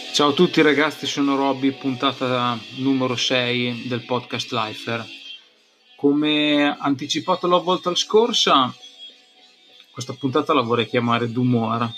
Ciao a tutti ragazzi, sono Robby, puntata numero 6 del podcast Lifer. Come anticipato la volta scorsa, questa puntata la vorrei chiamare d'umore.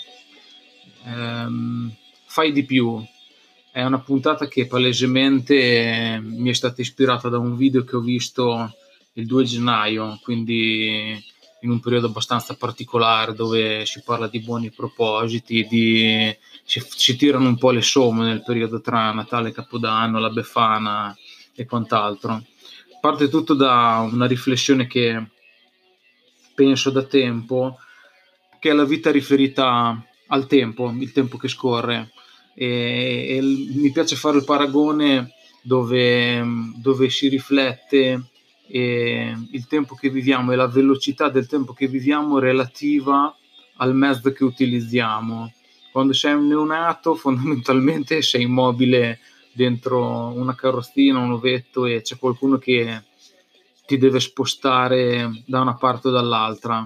Fai di più. È una puntata che palesemente mi è stata ispirata da un video che ho visto il 2 gennaio, quindi in un periodo abbastanza particolare dove si parla di buoni propositi, si tirano un po' le somme nel periodo tra Natale e Capodanno, la Befana e quant'altro. Parte tutto da una riflessione che penso da tempo, che è la vita riferita al tempo, il tempo che scorre. Mi piace fare il paragone dove si riflette il tempo che viviamo e la velocità del tempo che viviamo relativa al mezzo che utilizziamo. Quando sei un neonato fondamentalmente sei immobile dentro una carrozzina, un ovetto e c'è qualcuno che ti deve spostare da una parte o dall'altra.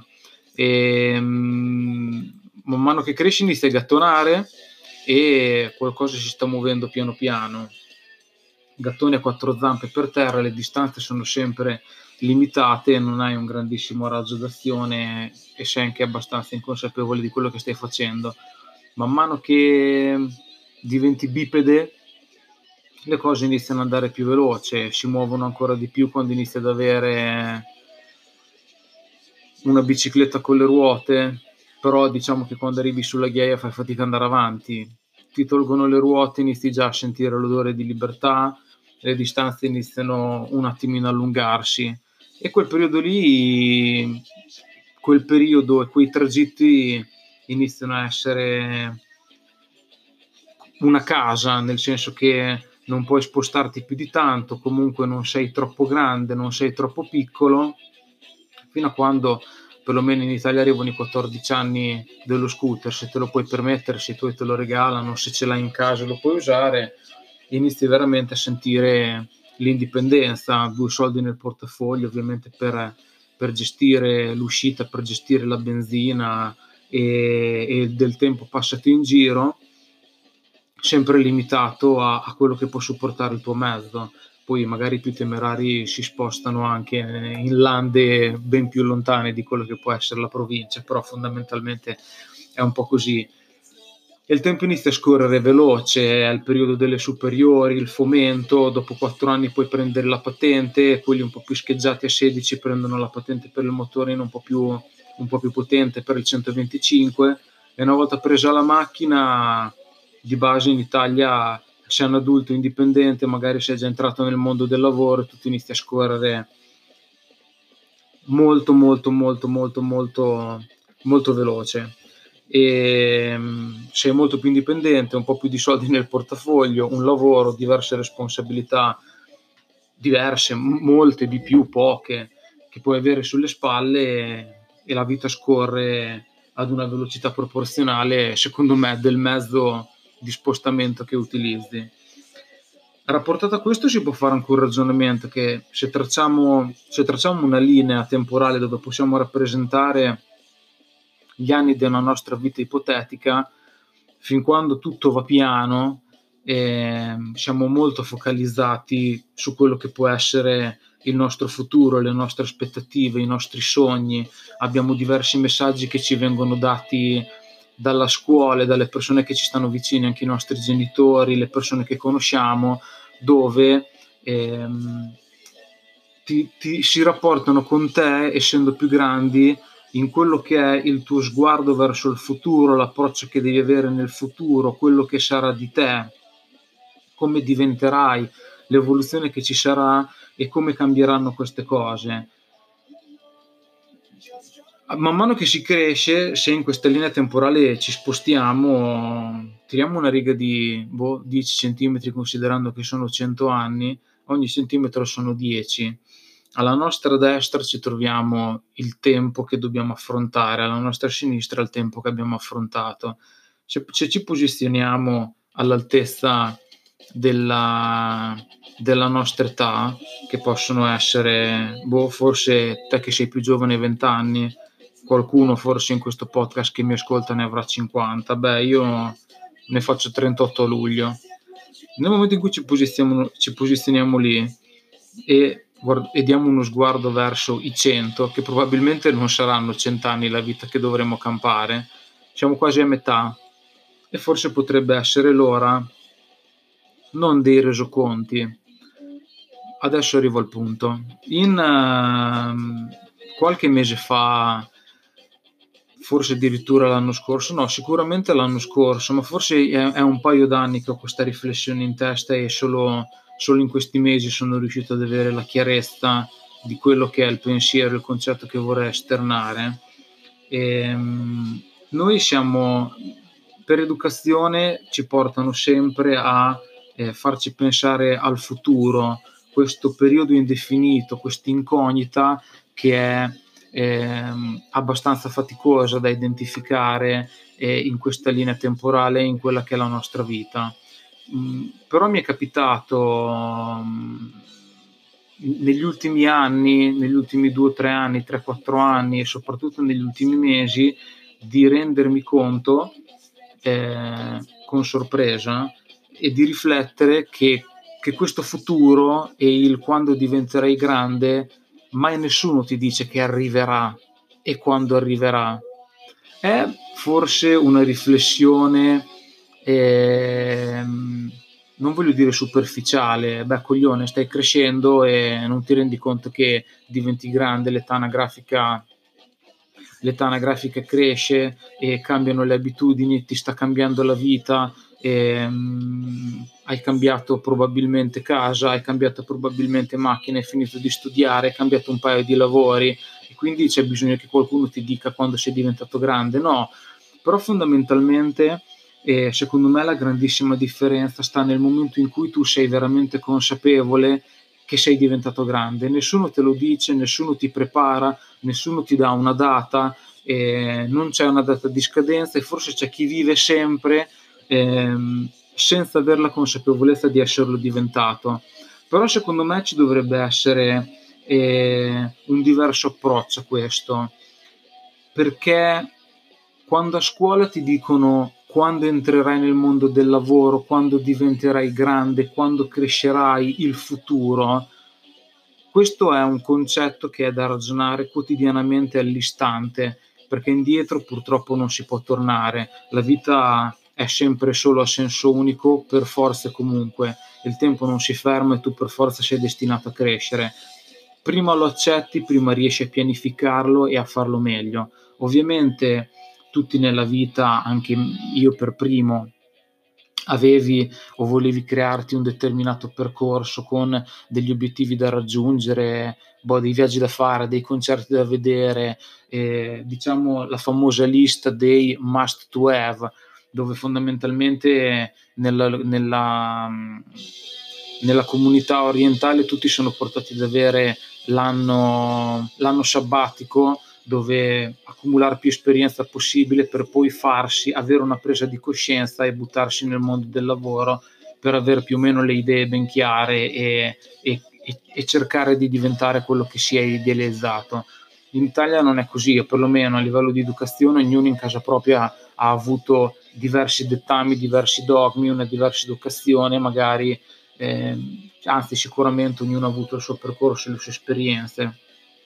Man mano che cresci inizi a gattonare e qualcosa si sta muovendo piano piano. Gattoni a quattro zampe per terra, le distanze sono sempre limitate, non hai un grandissimo raggio d'azione e sei anche abbastanza inconsapevole di quello che stai facendo. Man mano che diventi bipede le cose iniziano ad andare più veloce, si muovono ancora di più quando inizi ad avere una bicicletta con le ruote, però diciamo che quando arrivi sulla ghiaia fai fatica ad andare avanti, ti tolgono le ruote, inizi già a sentire l'odore di libertà, le distanze iniziano un attimino a allungarsi e quel periodo e quei tragitti iniziano a essere una casa, nel senso che non puoi spostarti più di tanto, comunque non sei troppo grande, non sei troppo piccolo, fino a quando perlomeno in Italia arrivano i 14 anni dello scooter, se te lo puoi permettere, se i tuoi te lo regalano, se ce l'hai in casa lo puoi usare, inizi veramente a sentire l'indipendenza, 2 soldi nel portafoglio ovviamente per gestire l'uscita, per gestire la benzina e del tempo passato in giro, sempre limitato a quello che può supportare il tuo mezzo. Poi magari i più temerari si spostano anche in lande ben più lontane di quello che può essere la provincia, però fondamentalmente è un po' così. E il tempo inizia a scorrere veloce, è il periodo delle superiori, il fomento, dopo 4 anni puoi prendere la patente, quelli un po' più scheggiati a 16 prendono la patente per il motorino un po' più potente per il 125 e una volta presa la macchina di base in Italia sei un adulto indipendente, magari sei già entrato nel mondo del lavoro e tutto inizia a scorrere molto molto molto molto molto molto veloce e sei molto più indipendente, un po' più di soldi nel portafoglio, un lavoro, diverse responsabilità, diverse, molte di più, poche, che puoi avere sulle spalle e la vita scorre ad una velocità proporzionale, secondo me, del mezzo di spostamento che utilizzi. Rapportato a questo si può fare anche un ragionamento che se tracciamo una linea temporale dove possiamo rappresentare gli anni della nostra vita ipotetica, fin quando tutto va piano, siamo molto focalizzati su quello che può essere il nostro futuro, le nostre aspettative, i nostri sogni, abbiamo diversi messaggi che ci vengono dati dalla scuola, dalle persone che ci stanno vicine, anche i nostri genitori, le persone che conosciamo, dove si rapportano con te, essendo più grandi, in quello che è il tuo sguardo verso il futuro, l'approccio che devi avere nel futuro, quello che sarà di te, come diventerai, l'evoluzione che ci sarà e come cambieranno queste cose. Man mano che si cresce, se in questa linea temporale ci spostiamo, tiriamo una riga di 10 cm, considerando che sono 100 anni, ogni centimetro sono 10. Alla nostra destra ci troviamo il tempo che dobbiamo affrontare, alla nostra sinistra il tempo che abbiamo affrontato. Se ci posizioniamo all'altezza della nostra età, che possono essere, forse te che sei più giovane, 20 anni, qualcuno forse in questo podcast che mi ascolta ne avrà 50. Io ne faccio 38 a luglio. Nel momento in cui ci posizioniamo lì e diamo uno sguardo verso i 100, che probabilmente non saranno 100 anni la vita che dovremo campare, siamo quasi a metà, e forse potrebbe essere l'ora non dei resoconti. Adesso arrivo al punto. Qualche mese fa, forse addirittura l'anno scorso, no, sicuramente l'anno scorso, ma forse è un paio d'anni che ho questa riflessione in testa, e solo in questi mesi sono riuscito ad avere la chiarezza di quello che è il pensiero, il concetto che vorrei esternare. Noi siamo, per educazione, ci portano sempre a farci pensare al futuro, questo periodo indefinito, questa incognita che è abbastanza faticosa da identificare in questa linea temporale, in quella che è la nostra vita. Però mi è capitato negli ultimi anni, negli ultimi 2 o 3 anni, 3-4 anni, e soprattutto negli ultimi mesi, di rendermi conto con sorpresa, e di riflettere che questo futuro e il quando diventerai grande, mai nessuno ti dice che arriverà e quando arriverà. È forse una riflessione, non voglio dire superficiale, coglione, stai crescendo e non ti rendi conto che diventi grande, l'età anagrafica cresce e cambiano le abitudini, ti sta cambiando la vita, hai cambiato probabilmente casa, hai cambiato probabilmente macchina, hai finito di studiare, hai cambiato un paio di lavori, e quindi c'è bisogno che qualcuno ti dica quando sei diventato grande. No, però fondamentalmente secondo me la grandissima differenza sta nel momento in cui tu sei veramente consapevole che sei diventato grande. Nessuno te lo dice, nessuno ti prepara, nessuno ti dà una data, non c'è una data di scadenza, e forse c'è chi vive sempre senza avere la consapevolezza di esserlo diventato. Però secondo me ci dovrebbe essere un diverso approccio a questo, perché quando a scuola ti dicono quando entrerai nel mondo del lavoro, quando diventerai grande, quando crescerai, il futuro, questo è un concetto che è da ragionare quotidianamente all'istante, perché indietro purtroppo non si può tornare. La vita è sempre solo a senso unico, per forza e comunque. Il tempo non si ferma e tu per forza sei destinato a crescere. Prima lo accetti, prima riesci a pianificarlo e a farlo meglio. Ovviamente tutti nella vita, anche io per primo, avevi o volevi crearti un determinato percorso con degli obiettivi da raggiungere, dei viaggi da fare, dei concerti da vedere, diciamo la famosa lista dei must to have, dove fondamentalmente nella comunità orientale tutti sono portati ad avere l'anno sabbatico, dove accumulare più esperienza possibile per poi avere una presa di coscienza e buttarsi nel mondo del lavoro, per avere più o meno le idee ben chiare e cercare di diventare quello che si è idealizzato. In Italia non è così, o perlomeno a livello di educazione ognuno in casa propria ha avuto diversi dettami, diversi dogmi, una diversa educazione, magari anzi sicuramente ognuno ha avuto il suo percorso e le sue esperienze.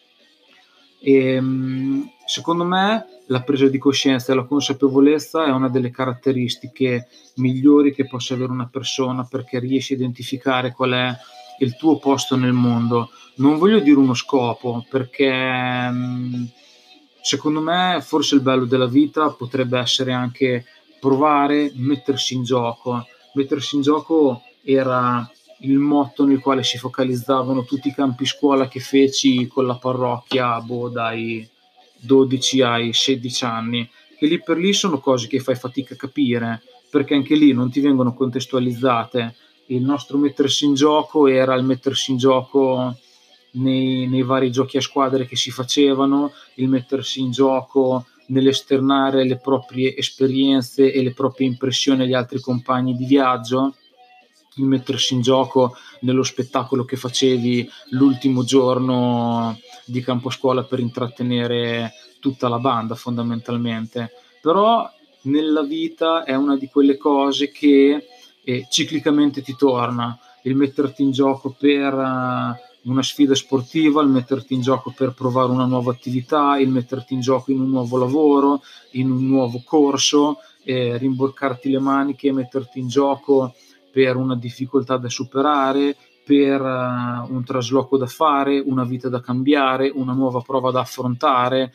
Secondo me la presa di coscienza e la consapevolezza è una delle caratteristiche migliori che possa avere una persona, perché riesci a identificare qual è il tuo posto nel mondo. Non voglio dire uno scopo, perché secondo me forse il bello della vita potrebbe essere anche provare, mettersi in gioco. Mettersi in gioco era il motto nel quale si focalizzavano tutti i campi scuola che feci con la parrocchia, dai 12 ai 16 anni, che lì per lì sono cose che fai fatica a capire, perché anche lì non ti vengono contestualizzate. Il nostro mettersi in gioco era il mettersi in gioco nei vari giochi a squadre che si facevano, il mettersi in gioco nell'esternare le proprie esperienze e le proprie impressioni agli altri compagni di viaggio, il mettersi in gioco nello spettacolo che facevi l'ultimo giorno di campo scuola per intrattenere tutta la banda, fondamentalmente. Però nella vita è una di quelle cose che ciclicamente ti torna. Il metterti in gioco per una sfida sportiva, il metterti in gioco per provare una nuova attività, il metterti in gioco in un nuovo lavoro, in un nuovo corso, rimborcarti le maniche, metterti in gioco per una difficoltà da superare, per un trasloco da fare, una vita da cambiare, una nuova prova da affrontare,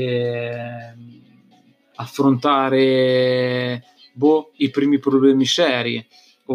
affrontare i primi problemi seri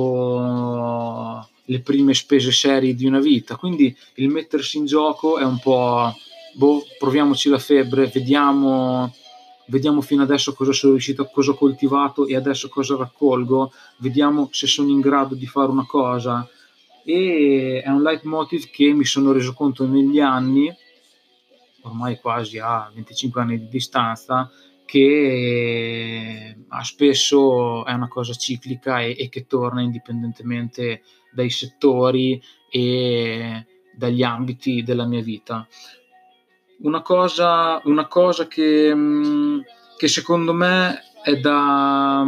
o le prime spese serie di una vita. Quindi il mettersi in gioco è un po' proviamoci la febbre, vediamo fino adesso cosa sono riuscito, cosa ho coltivato e adesso cosa raccolgo, vediamo se sono in grado di fare una cosa. E è un leitmotiv che mi sono reso conto negli anni, ormai quasi a 25 anni di distanza, che spesso è una cosa ciclica e che torna indipendentemente dai settori e dagli ambiti della mia vita. Una cosa che secondo me è da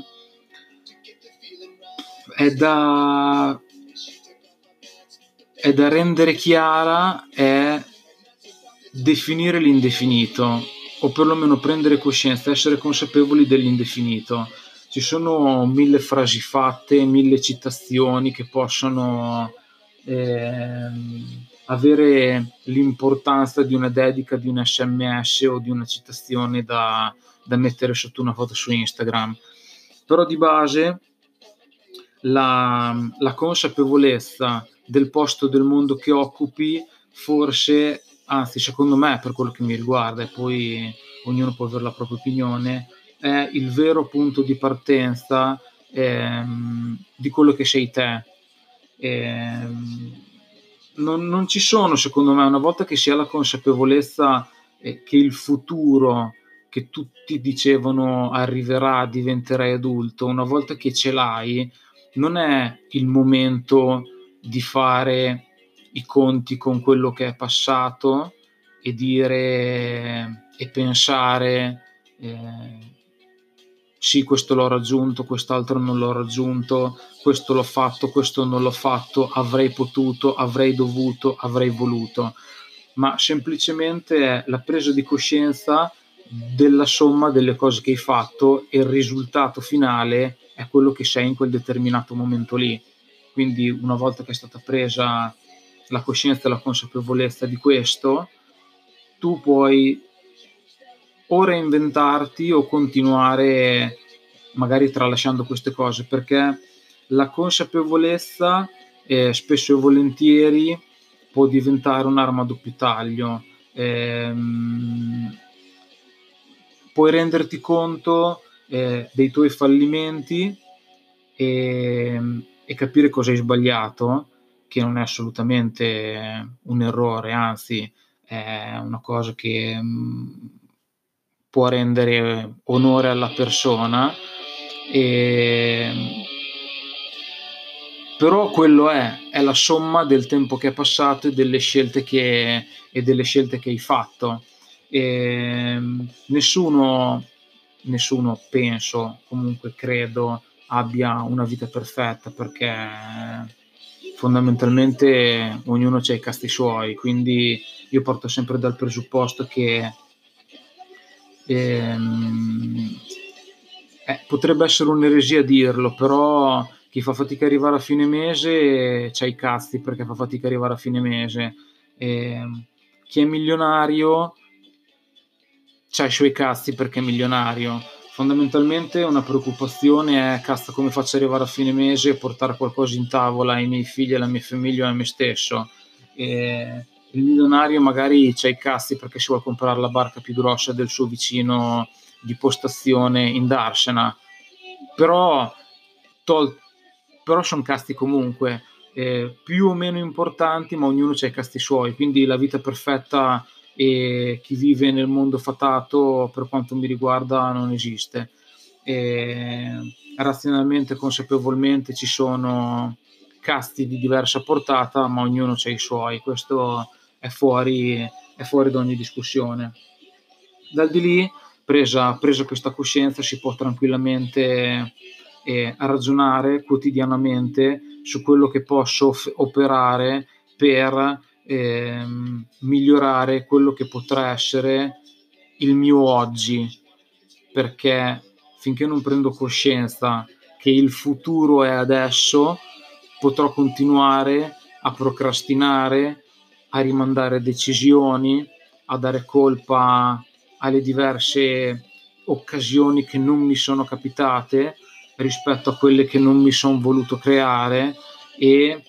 rendere chiara è definire l'indefinito, o perlomeno prendere coscienza, essere consapevoli dell'indefinito. Ci sono 1000 frasi fatte, 1000 citazioni che possono avere l'importanza di una dedica, di un SMS o di una citazione da mettere sotto una foto su Instagram. Però di base la consapevolezza del posto del mondo che occupi, forse, anzi secondo me, per quello che mi riguarda, e poi ognuno può avere la propria opinione, è il vero punto di partenza di quello che sei te. Non ci sono, secondo me, una volta che si ha la consapevolezza che il futuro che tutti dicevano arriverà, diventerai adulto, una volta che ce l'hai, non è il momento di fare i conti con quello che è passato e dire e pensare sì, questo l'ho raggiunto, quest'altro non l'ho raggiunto, questo l'ho fatto, questo non l'ho fatto, avrei potuto, avrei dovuto, avrei voluto, ma semplicemente è la presa di coscienza della somma delle cose che hai fatto e il risultato finale è quello che sei in quel determinato momento lì. Quindi una volta che è stata presa la coscienza e la consapevolezza di questo, tu puoi o reinventarti o continuare magari tralasciando queste cose, perché la consapevolezza spesso e volentieri può diventare un'arma a doppio taglio. Puoi renderti conto dei tuoi fallimenti e capire cosa hai sbagliato, che non è assolutamente un errore, anzi è una cosa che può rendere onore alla persona, però quello è la somma del tempo che è passato e delle scelte che hai fatto. Nessuno penso, comunque credo, abbia una vita perfetta, perché fondamentalmente ognuno c'ha i casti suoi, quindi io parto sempre dal presupposto che potrebbe essere un'eresia dirlo, però chi fa fatica a arrivare a fine mese c'ha i cazzi perché fa fatica a arrivare a fine mese. Chi è milionario c'ha i suoi cazzi perché è milionario. Fondamentalmente una preoccupazione è: cazzo, come faccio ad arrivare a fine mese e portare qualcosa in tavola ai miei figli, alla mia famiglia e a me stesso. Il milionario magari c'ha i cazzi perché si vuole comprare la barca più grossa del suo vicino di postazione in Darsena, però sono casti comunque più o meno importanti, ma ognuno c'ha i casti suoi, quindi la vita perfetta e chi vive nel mondo fatato, per quanto mi riguarda, non esiste. Razionalmente, consapevolmente ci sono casti di diversa portata, ma ognuno c'ha i suoi. Questo è fuori da ogni discussione. Dal di lì, presa questa coscienza, si può tranquillamente ragionare quotidianamente su quello che posso operare per migliorare quello che potrà essere il mio oggi, perché finché non prendo coscienza che il futuro è adesso, potrò continuare a procrastinare, a rimandare decisioni, a dare colpa alle diverse occasioni che non mi sono capitate rispetto a quelle che non mi sono voluto creare e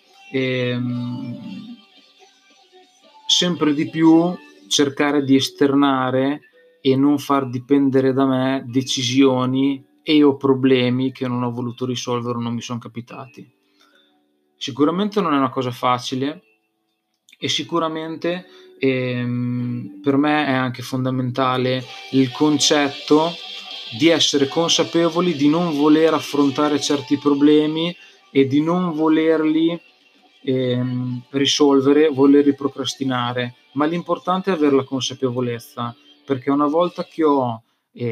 sempre di più cercare di esternare e non far dipendere da me decisioni e o problemi che non ho voluto risolvere o non mi sono capitati. Sicuramente non è una cosa facile e sicuramente per me è anche fondamentale il concetto di essere consapevoli di non voler affrontare certi problemi e di non volerli risolvere, volerli procrastinare, ma l'importante è avere la consapevolezza, perché una volta che ho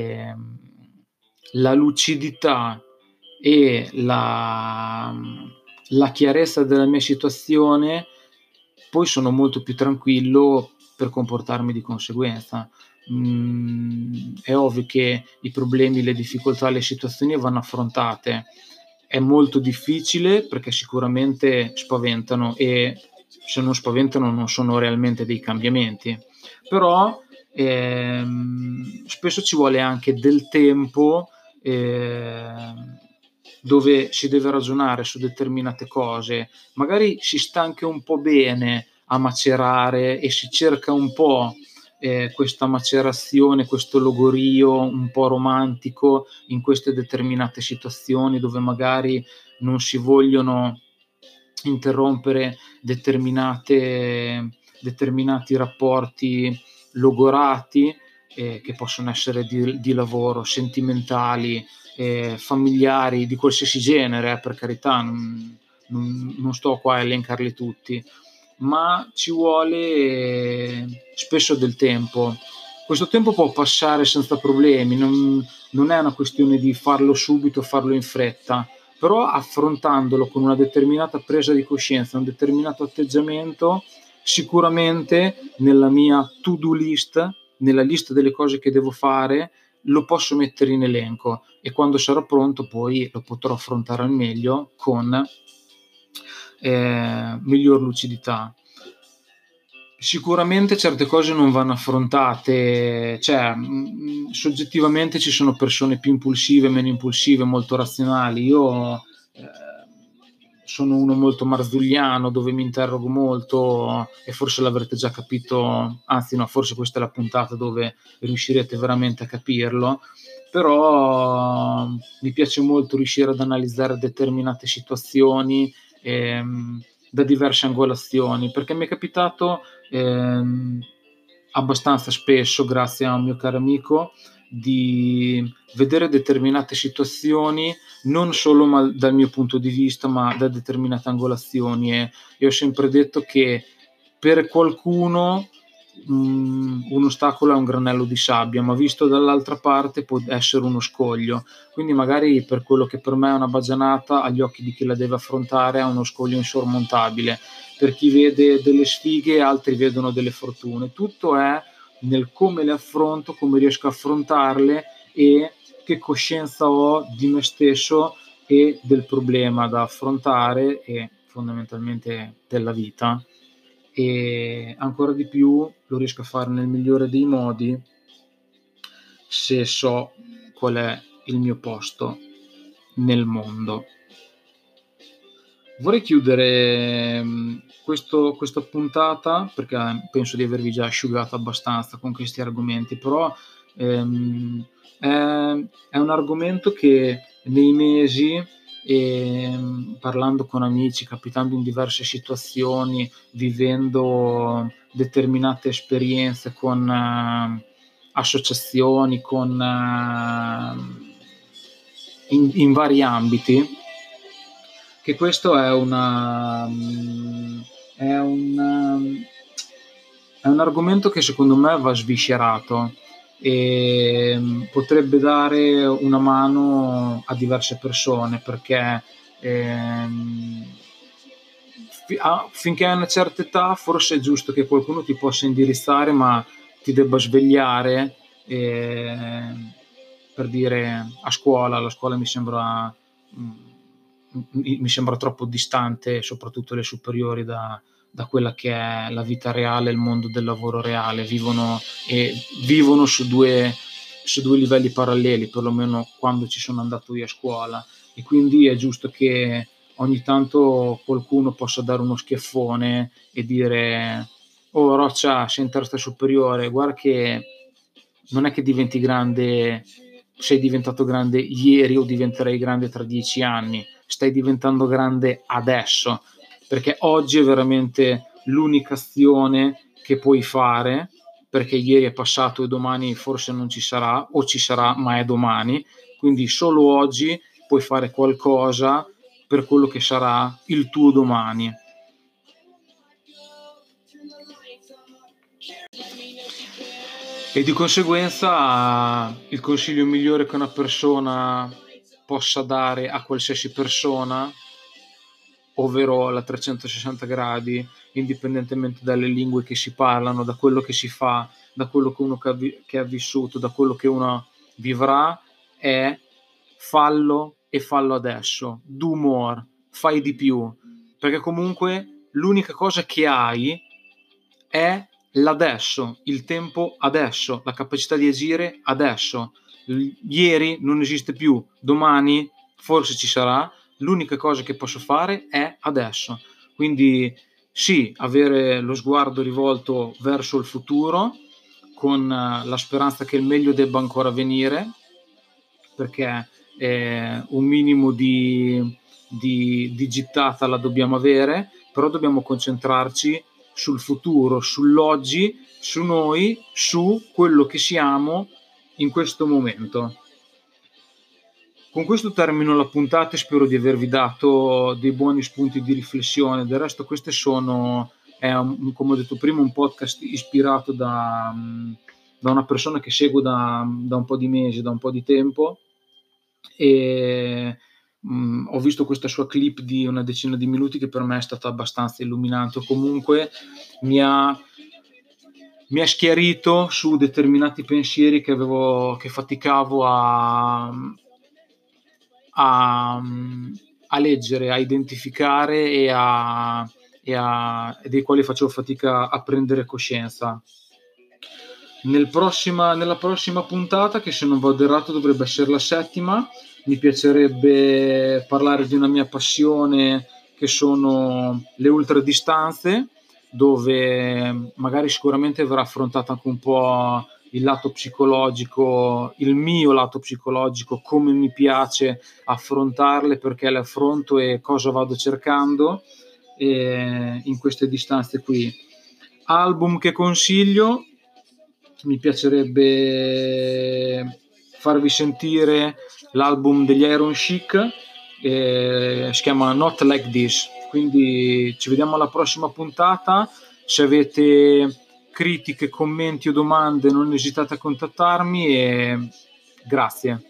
la lucidità e la chiarezza della mia situazione, poi sono molto più tranquillo per comportarmi di conseguenza. È ovvio che i problemi, le difficoltà, le situazioni vanno affrontate. È molto difficile perché sicuramente spaventano e se non spaventano non sono realmente dei cambiamenti. Però spesso ci vuole anche del tempo dove si deve ragionare su determinate cose, magari si sta anche un po' bene a macerare e si cerca un po' questa macerazione, questo logorio un po' romantico in queste determinate situazioni dove magari non si vogliono interrompere determinati rapporti logorati che possono essere di lavoro, sentimentali, familiari, di qualsiasi genere, per carità, non sto qua a elencarli tutti, ma ci vuole spesso del tempo. Questo tempo può passare senza problemi, non è una questione di farlo subito, farlo in fretta, però affrontandolo con una determinata presa di coscienza, un determinato atteggiamento, sicuramente nella mia to-do list, nella lista delle cose che devo fare, lo posso mettere in elenco e quando sarò pronto poi lo potrò affrontare al meglio con miglior lucidità. Sicuramente certe cose non vanno affrontate, cioè soggettivamente ci sono persone più impulsive, meno impulsive, molto razionali. Io sono uno molto marzulliano, dove mi interrogo molto e forse l'avrete già capito, anzi no, forse questa è la puntata dove riuscirete veramente a capirlo, però mi piace molto riuscire ad analizzare determinate situazioni da diverse angolazioni, perché mi è capitato abbastanza spesso, grazie a un mio caro amico, di vedere determinate situazioni non solo dal mio punto di vista, ma da determinate angolazioni e ho sempre detto che per qualcuno un ostacolo è un granello di sabbia, ma visto dall'altra parte può essere uno scoglio, quindi magari per quello che per me è una baggianata, agli occhi di chi la deve affrontare è uno scoglio insormontabile. Per chi vede delle sfighe, altri vedono delle fortune. Tutto è nel come le affronto, come riesco a affrontarle e che coscienza ho di me stesso e del problema da affrontare e fondamentalmente della vita. E ancora di più lo riesco a fare nel migliore dei modi se so qual è il mio posto nel mondo. Vorrei chiudere questa puntata perché penso di avervi già asciugato abbastanza con questi argomenti, però è un argomento che nei mesi, parlando con amici, capitando in diverse situazioni, vivendo determinate esperienze con associazioni, in vari ambiti, che questo è un argomento che secondo me va sviscerato, e potrebbe dare una mano a diverse persone, perché finché hai una certa età forse è giusto che qualcuno ti possa indirizzare, ma ti debba svegliare, per dire la scuola mi sembra troppo distante, soprattutto le superiori, da quella che è la vita reale, il mondo del lavoro reale. Vivono su due livelli paralleli, perlomeno quando ci sono andato io a scuola, e quindi è giusto che ogni tanto qualcuno possa dare uno schiaffone e dire: oh Roccia, sei in terza superiore, guarda che non è che diventi grande, sei diventato grande ieri o diventerai grande tra 10 anni, stai diventando grande adesso, perché oggi è veramente l'unica azione che puoi fare, perché ieri è passato e domani forse non ci sarà, o ci sarà ma è domani, quindi solo oggi puoi fare qualcosa per quello che sarà il tuo domani. E di conseguenza il consiglio migliore che una persona possa dare a qualsiasi persona, ovvero la 360 gradi, indipendentemente dalle lingue che si parlano, da quello che si fa, da quello che uno che ha vissuto, da quello che uno vivrà, è: fallo e fallo adesso, do more, fai di più, perché comunque l'unica cosa che hai è l'adesso, il tempo adesso, la capacità di agire adesso. Ieri non esiste più, domani forse ci sarà, l'unica cosa che posso fare è adesso. Quindi sì, avere lo sguardo rivolto verso il futuro, con la speranza che il meglio debba ancora venire, perché un minimo di gittata la dobbiamo avere, però dobbiamo concentrarci sul futuro, sull'oggi, su noi, su quello che siamo in questo momento. Con questo termino la puntata e spero di avervi dato dei buoni spunti di riflessione. Del resto queste sono, come ho detto prima, un podcast ispirato da una persona che seguo da un po' di mesi, da un po' di tempo, e ho visto questa sua clip di una decina di minuti che per me è stata abbastanza illuminante. Comunque mi ha schiarito su determinati pensieri che faticavo a leggere, a identificare e dei quali facevo fatica a prendere coscienza. Nella prossima puntata, che se non vado errato dovrebbe essere la 7ª, mi piacerebbe parlare di una mia passione, che sono le ultradistanze, dove magari sicuramente verrà affrontato anche un po' il lato psicologico, il mio lato psicologico, come mi piace affrontarle, perché le affronto e cosa vado cercando in queste distanze qui. Album che consiglio: mi piacerebbe farvi sentire l'album degli Iron Chic, si chiama Not Like This. Quindi ci vediamo alla prossima puntata. Se avete critiche, commenti o domande non esitate a contattarmi, e grazie.